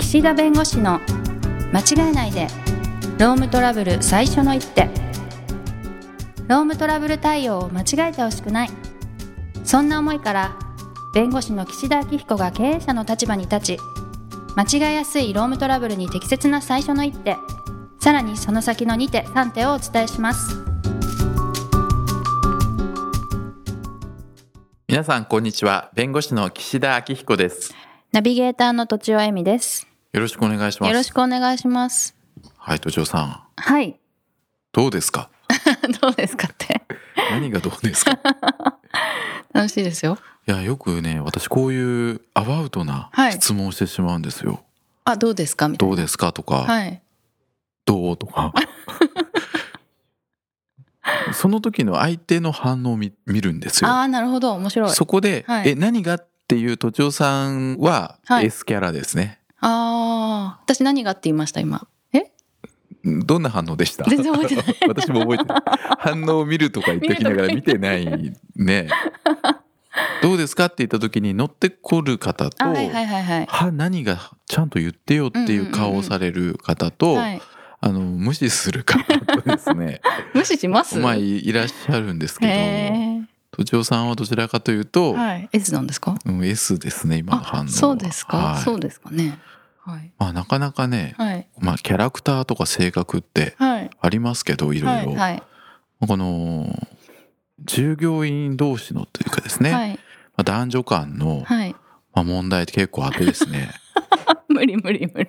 岸田弁護士の間違えないでロームトラブル最初の一手。ロームトラブル対応を間違えてほしくない、そんな思いから弁護士の岸田明彦が経営者の立場に立ち、間違えやすいロームトラブルに適切な最初の一手、さらにその先の2手3手をお伝えします。 皆さんこんにちは。弁護士の岸田明彦です。 ナビゲーターの土地尾恵美です。 よろしくお願いします。 よろしくお願いします。 はい、土地尾さん。 はい。 どうですか？ どうですかって何がどうですか？ 楽しいですよ。 いや、よくね、私こういうアバウトな質問をしてしまうんですよ。 あ、どうですかみたいな。 どうですかとか、 はい、 どうとかその時の相手の反応を見るんですよ。 ああ、なるほど、面白い。 そこで、 はい、 何がっていう土地尾さんは、 はい、 S キャラですね。 ああ、私何がって言いました今。 どんな反応でした？ 全然覚えてない私も覚えてない。反応を見るとか言っておきながら見てないね。どうですかって言った時に乗ってこる方と、何がちゃんと言ってよっていう顔をされる方と、無視する方とですね無視します？ いらっしゃるんですけど、土地尾さんはどちらかというと、 S なんですか ？S ですね、今の反応は。 そうですか、そうですかね。 なかなかね、キャラクターとか性格ってありますけど、いろいろこの従業員同士のというかですね、男女間の問題って結構あってですね無理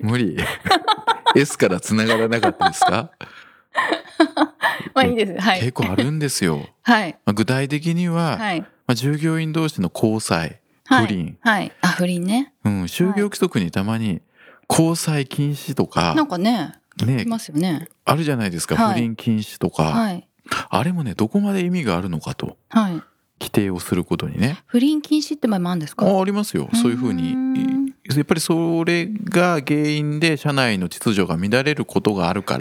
S からつながらなかったですか？ いいです、 結構あるんですよ。具体的には、従業員同士の交際、不倫、 不倫ね、 就業規則にたまに交際禁止とかなんかねいますよね。あるじゃないですか、不倫禁止とか、あれもね、どこまで意味があるのかと、規定をすることにね。 不倫禁止って場合もあるんですか？ ありますよ。そういうふうにやっぱりそれが原因で社内の秩序が乱れることがあるから、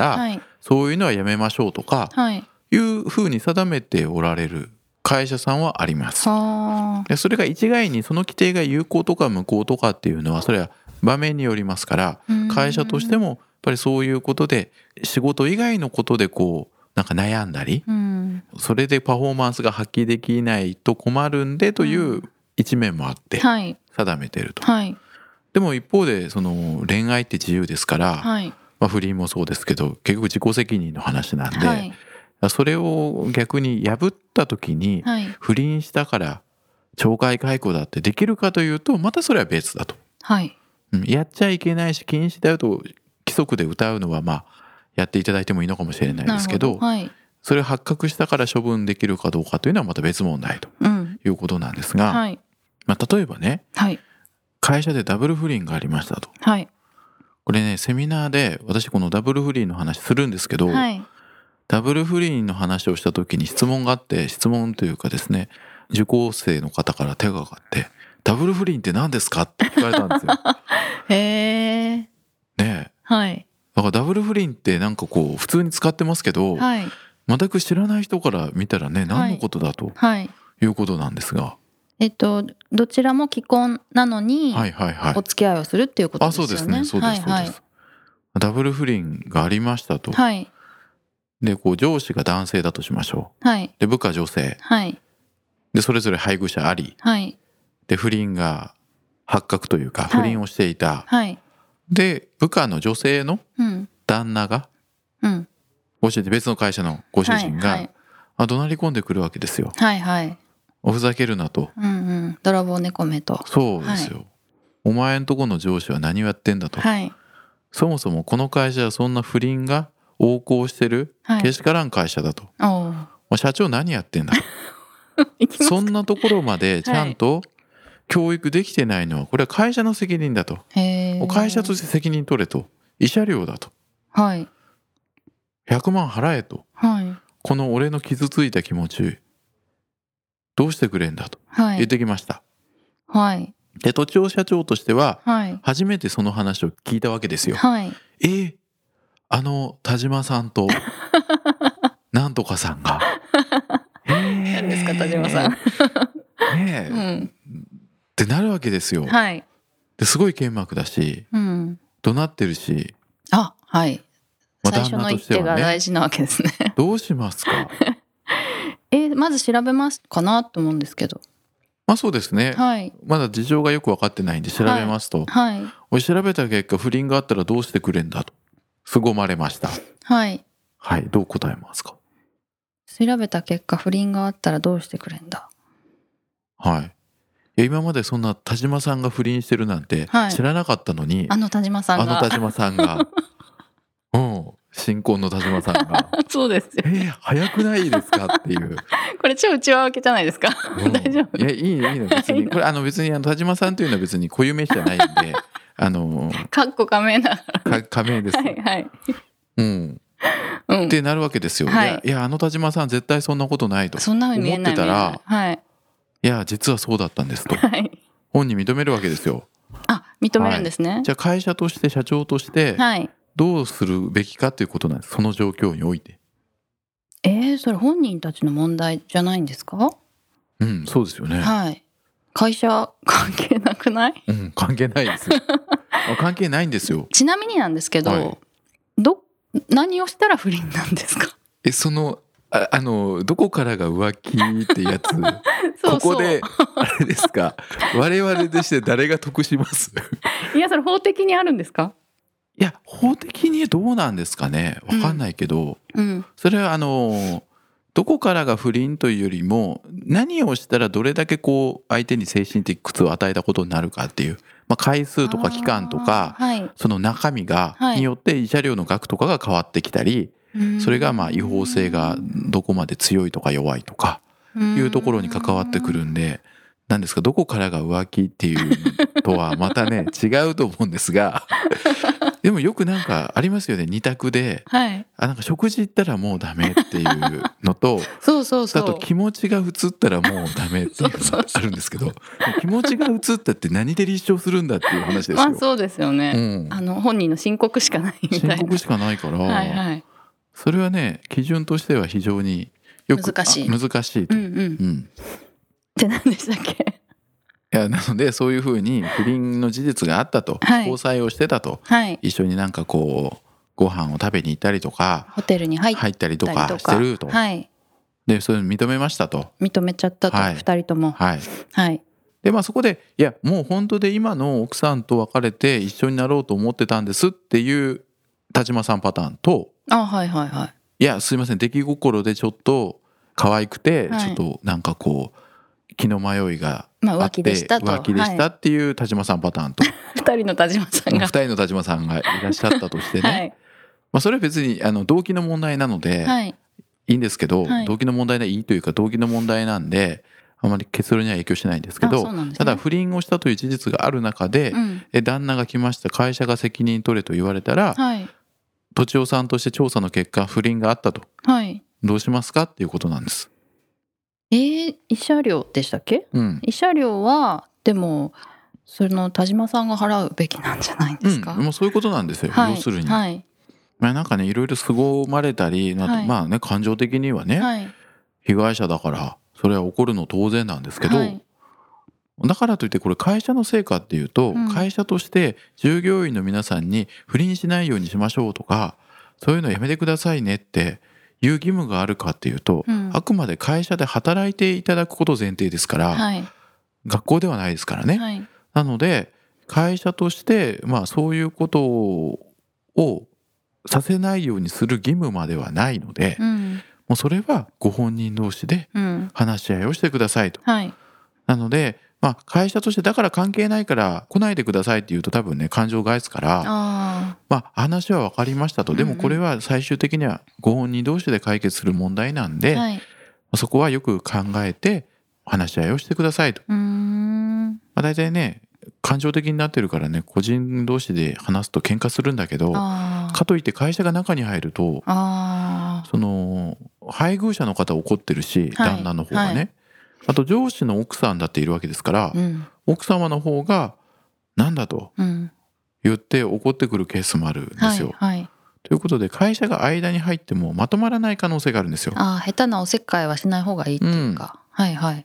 そういうのはやめましょうとか、いうふうに定めておられる会社さんはあります。でそれが一概にその規定が有効とか無効とかっていうのは、それは場面によりますから、会社としてもやっぱりそういうことで仕事以外のことでなんか悩んだり、それでパフォーマンスが発揮できないと困るんでという一面もあって定めていると。でも一方でその恋愛って自由ですから、不倫もそうですけど結局自己責任の話なんで、それを逆に破った時に不倫したから懲戒解雇だってできるかというと、またそれは別だと。やっちゃいけないし禁止だよと規則で謳うのはやっていただいてもいいのかもしれないですけど、それを発覚したから処分できるかどうかというのはまた別問題ということなんですが、例えばね、会社でダブル不倫がありましたと、これね、セミナーで私このダブル不倫の話するんですけど、ダブル不倫の話をした時に質問があって、質問というかですね、受講生の方から手がかかって、ダブル不倫って何ですかって聞かれたんですよ。ねえ、だからダブル不倫ってなんか普通に使ってますけど、全く知らない人から見たらね、何のことだということなんですが、 どちらも既婚なのにお付き合いをするっていうことですよね。 そうですね、そうです、そうです。ダブル不倫がありましたと。で上司が男性だとしましょう。で部下女性、でそれぞれ配偶者あり、で不倫が発覚というか不倫をしていた、で部下の女性の旦那が、ご主人、別の会社のご主人が、怒鳴り込んでくるわけですよ。おふざけるなと、 泥棒猫目と。 そうですよ、お前んとこの上司は何をやってんだと、そもそもこの会社はそんな不倫が横行してるけしからん会社だと、社長何やってんだそんなところまでちゃんと教育できてないのはこれは会社の責任だと、会社として責任取れと、慰謝料だと、100万払えと、この俺の傷ついた気持ちどうしてくれんだと言ってきました。で土地尾社長としては初めてその話を聞いたわけですよ。田島さんとなんとかさんが何ですか田島さんってなるわけですよ。ですごい剣幕だし、 怒鳴ってるし、 はい、最初の一手が大事なわけですね。 どうしますか？ まず調べますかなと思うんですけど。 そうですね、 はい、 まだ事情がよく分かってないんで調べますと、 はいおい調べた結果不倫があったらどうしてくれんだと凄まれました。はい、はい、どう答えますか？ 調べた結果不倫があったらどうしてくれんだ。 はい。今までそんな田島さんが不倫してるなんて知らなかったのに、 田島さんが新婚の田島さんがそうですよ、 早くないですかっていうこれ超内輪分けじゃないですか。大丈夫？ いいの別にこれ別に田島さんというのは別に固有名詞じゃないんでかっこ仮名ながら仮名です。はいはい、ってなるわけですよ。 はい、 いや田島さん絶対そんなことないとそんな風に見えない思ってたら、 はい、 いや実はそうだったんですと、はい、本人認めるわけですよ。 認めるんですね。 じゃあ会社として社長として、どうするべきかということなんです。その状況において。 それ本人たちの問題じゃないんですか？ そうですよね。 はい。会社関係なくない？ 関係ないですよ。関係ないんですよ。 ちなみになんですけど、何をしたら不倫なんですか？ どこからが浮気ってやつここであれですか我々でして誰が得します？ いやそれ法的にあるんですか？ いや法的にどうなんですかね、分かんないけど、それはどこからが不倫というよりも何をしたらどれだけ相手に精神的苦痛を与えたことになるかっていう、回数とか期間とか、その中身によって慰謝料の額とかが変わってきたり、それが違法性がどこまで強いとか弱いとかいうところに関わってくるんで、何ですかどこからが浮気っていうとはまたね違うと思うんですがでもよくなんかありますよね、二択で、なんか食事行ったらもうダメっていうのとあと気持ちが移ったらもうダメっていうのがあるんですけど気持ちが移ったって何で立証するんだっていう話ですよ。 そうですよね、本人の申告しかないみたいな。 申告しかないから、それはね基準としては非常に難しいと。 って何でしたっけ？ なのでそういうふうに不倫の事実があったと、交際をしてたと、一緒になんかご飯を食べに行ったりとかホテルに入ったりとかしてると、でそれを認めましたと。 認めちゃったと、2人とも。 でそこでもう本当で今の奥さんと別れて一緒になろうと思ってたんですっていう田島さんパターンと、いやすいません出来心でちょっと可愛くて、ちょっとなんか気の迷いがあって浮気でしたっていう田島さんパターンと、 2人の田島さんがいらっしゃったとしてね、それは別に動機の問題なのでいいんですけど、動機の問題いいというか動機の問題なんであまり結論には影響しないんですけど、ただ不倫をしたという事実がある中で、旦那が来ました、会社が責任取れと言われたら、とちおさんとして調査の結果不倫があったと、どうしますかっていうことなんです。 慰謝料でしたっけ？慰謝料はでもその田島さんが払うべきなんじゃないんですか？ もうそういうことなんですよ、要するに、なんかねいろいろ凄まれたり、感情的にはね、被害者だからそれは起こるの当然なんですけど、だからといってこれ会社の成果っていうと、会社として従業員の皆さんに不倫しないようにしましょうとかそういうのやめてくださいねっていう義務があるかっていうと、あくまで会社で働いていただくこと前提ですから、学校ではないですからね、なので会社としてそういうことをさせないようにする義務まではないので、もうそれはご本人同士で話し合いをしてくださいと、なので会社としてだから関係ないから来ないでくださいって言うと多分ね感情を害すから、話は分かりましたと、でもこれは最終的にはご本人同士で解決する問題なんで、そこはよく考えて話し合いをしてくださいと。大体ね感情的になってるからね個人同士で話すと喧嘩するんだけど、かといって会社が中に入るとその配偶者の方怒ってるし、旦那の方がね、あと上司の奥さんだっているわけですから、奥様の方がなんだと言って怒ってくるケースもあるんですよ。ということで会社が間に入ってもまとまらない可能性があるんですよ。 下手なおせっかいはしない方がいいっていうか、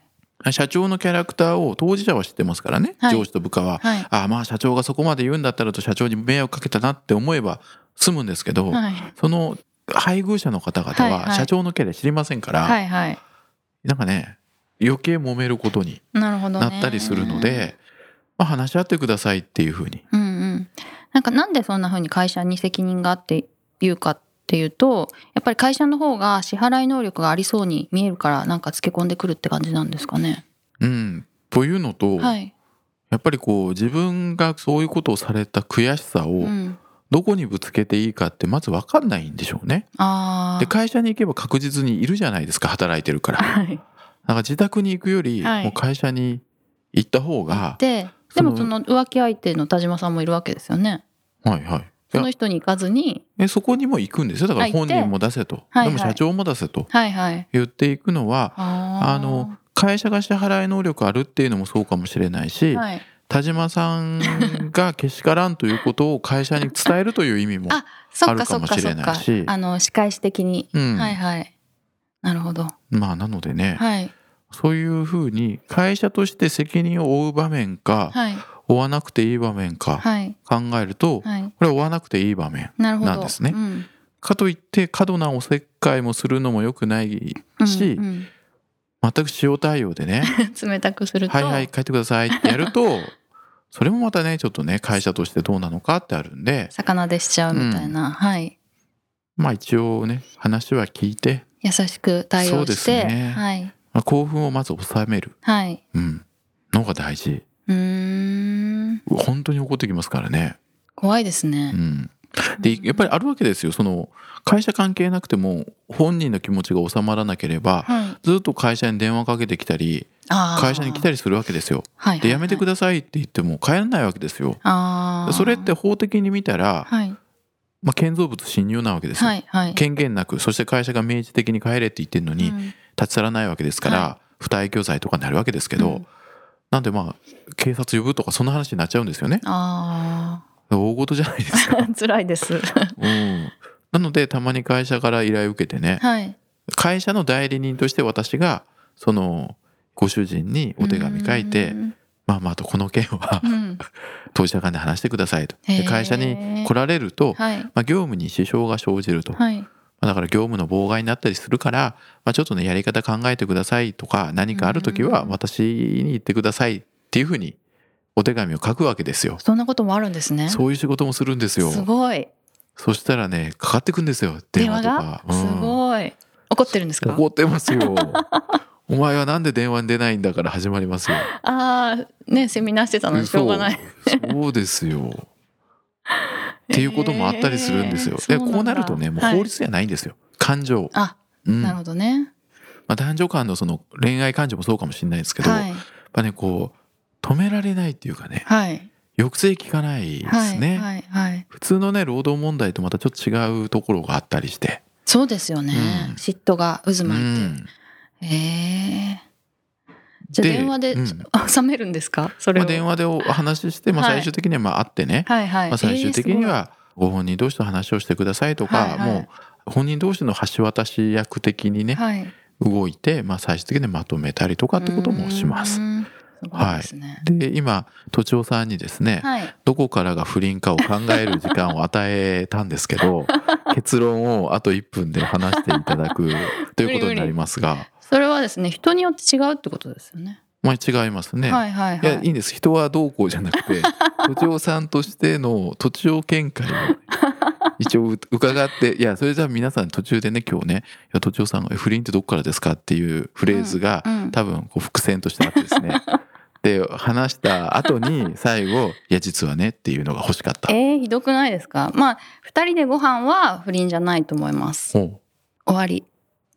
社長のキャラクターを当事者は知ってますからね、はい、上司と部下は、はい、まあ社長がそこまで言うんだったらと社長に迷惑かけたなって思えば済むんですけど、はい、その配偶者の方々は社長のキャラ知りませんから、はいはい、なんかね余計揉めることになったりするので、まあ、話し合ってくださいっていうふうに、うんうん、 なんでそんなふうに会社に責任があって言うかっていうと、やっぱり会社の方が支払い能力がありそうに見えるからなんかつけ込んでくるって感じなんですかね。 うん、というのと、はい、やっぱりこう自分がそういうことをされた悔しさをどこにぶつけていいかってまず分かんないんでしょうね。で会社に行けば確実にいるじゃないですか、働いてるから、はい、だから自宅に行くよりもう会社に行った方が、でもその浮気相手の田島さんもいるわけですよね。はいはい。その人に行かずにそこにも行くんですよ。だから本人も出せと、でも社長も出せと言っていくのは、会社が支払い能力あるっていうのもそうかもしれないし、田島さんがけしからんということを会社に伝えるという意味もあるかもしれないし、 仕返し的に、はいはい、なるほど。 まあなのでね、そういうふうに会社として責任を負う場面か、負わなくていい場面か考えると、これは負わなくていい場面なんですね。かといって過度なおせっかいもするのも良くないし、全く塩対応でね冷たくすると、 はいはい帰ってくださいってやるとそれもまたねちょっとね会社としてどうなのかってあるんで、 魚でしちゃうみたいな、はい。 まあ一応ね話は聞いて優しく対応して、そうですね、はい。 興奮をまず収める、はい、のが大事。本当に怒ってきますからね。 怖いですね。 でやっぱりあるわけですよ。その会社関係なくても本人の気持ちが収まらなければ、ずっと会社に電話かけてきたり会社に来たりするわけですよ。でやめてくださいって言っても帰らないわけですよ。それって法的に見たら、建造物侵入なわけですよ。権限なく、そして会社が明示的に帰れって言ってるのに立ち去らないわけですから、不退去罪とかになるわけですけど、なんでまあ警察呼ぶとかそんな話になっちゃうんですよね。大事じゃないですか辛いです、 なのでたまに会社から依頼を受けてね、会社の代理人として私がそのご主人にお手紙書いて、まあとこの件は当事者間で話してくださいと。で会社に来られると、業務に支障が生じると、だから業務の妨害になったりするから、ちょっとねやり方考えてくださいとか、何かある時は私に言ってくださいっていうふうにお手紙を書くわけですよ。 そんなこともあるんですね。 そういう仕事もするんですよ。 すごい。 そしたらねかかってくんですよ、電話とか。 すごい。怒ってるんですか？ 怒ってますよお前はなんで電話に出ないんだから始まりますよ。 セミナーしてたのにしょうがない。 そうですよっていうこともあったりするんですよ。でこうなるとねもう法律じゃないんですよ、感情。 なるほどね。 男女間のその恋愛感情もそうかもしれないですけど、やっぱねこう止められないっていうかね、抑制効かないですね。普通のね労働問題とまたちょっと違うところがあったりして。 そうですよね、嫉妬が渦巻いて、じゃあ電話で収めるんですか？それを電話でお話しして、最終的には会ってね、最終的にはご本人同士と話をしてくださいとか、もう本人同士の橋渡し役的にね、動いて、最終的にまとめたりとかってこともします。で今とちおさんにですね、どこからが不倫かを考える時間を与えたんですけど結論をあと1分で話していただくということになりますが、 それはですね人によって違うってことですよね。 違いますね。いやいいんです。人はどうこうじゃなくてとちおさんとしてのとちお見解を一応伺って、いやそれじゃあ皆さん途中でね今日ねとちおさんが不倫ってどこからですかっていうフレーズが、多分こう伏線としてあってですねで話した後に最後いや実はねっていうのが欲しかった。 ひどくないですか？2人でご飯は不倫じゃないと思います。終わり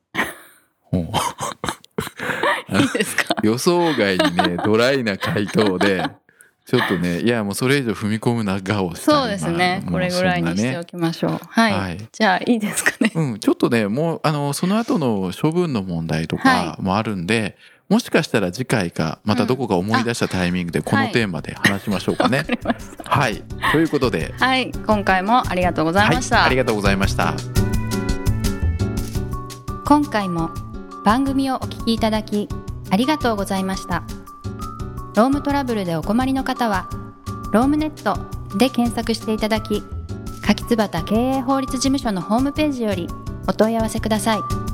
いいですか？ 予想外にねドライな回答でちょっとねいやもうそれ以上踏み込むな顔をした。 そうですね、これぐらいにしておきましょう。じゃあいいですかね。 ちょっとねもうその後の処分の問題とかもあるんで、もしかしたら次回かまたどこか思い出したタイミングでこのテーマで話しましょうかね。ということで、 今回もありがとうございました。 ありがとうございました。 今回も番組をお聞きいただきありがとうございました。ロームトラブルでお困りの方はロームネットで検索していただき、柿椿経営法律事務所のホームページよりお問い合わせください。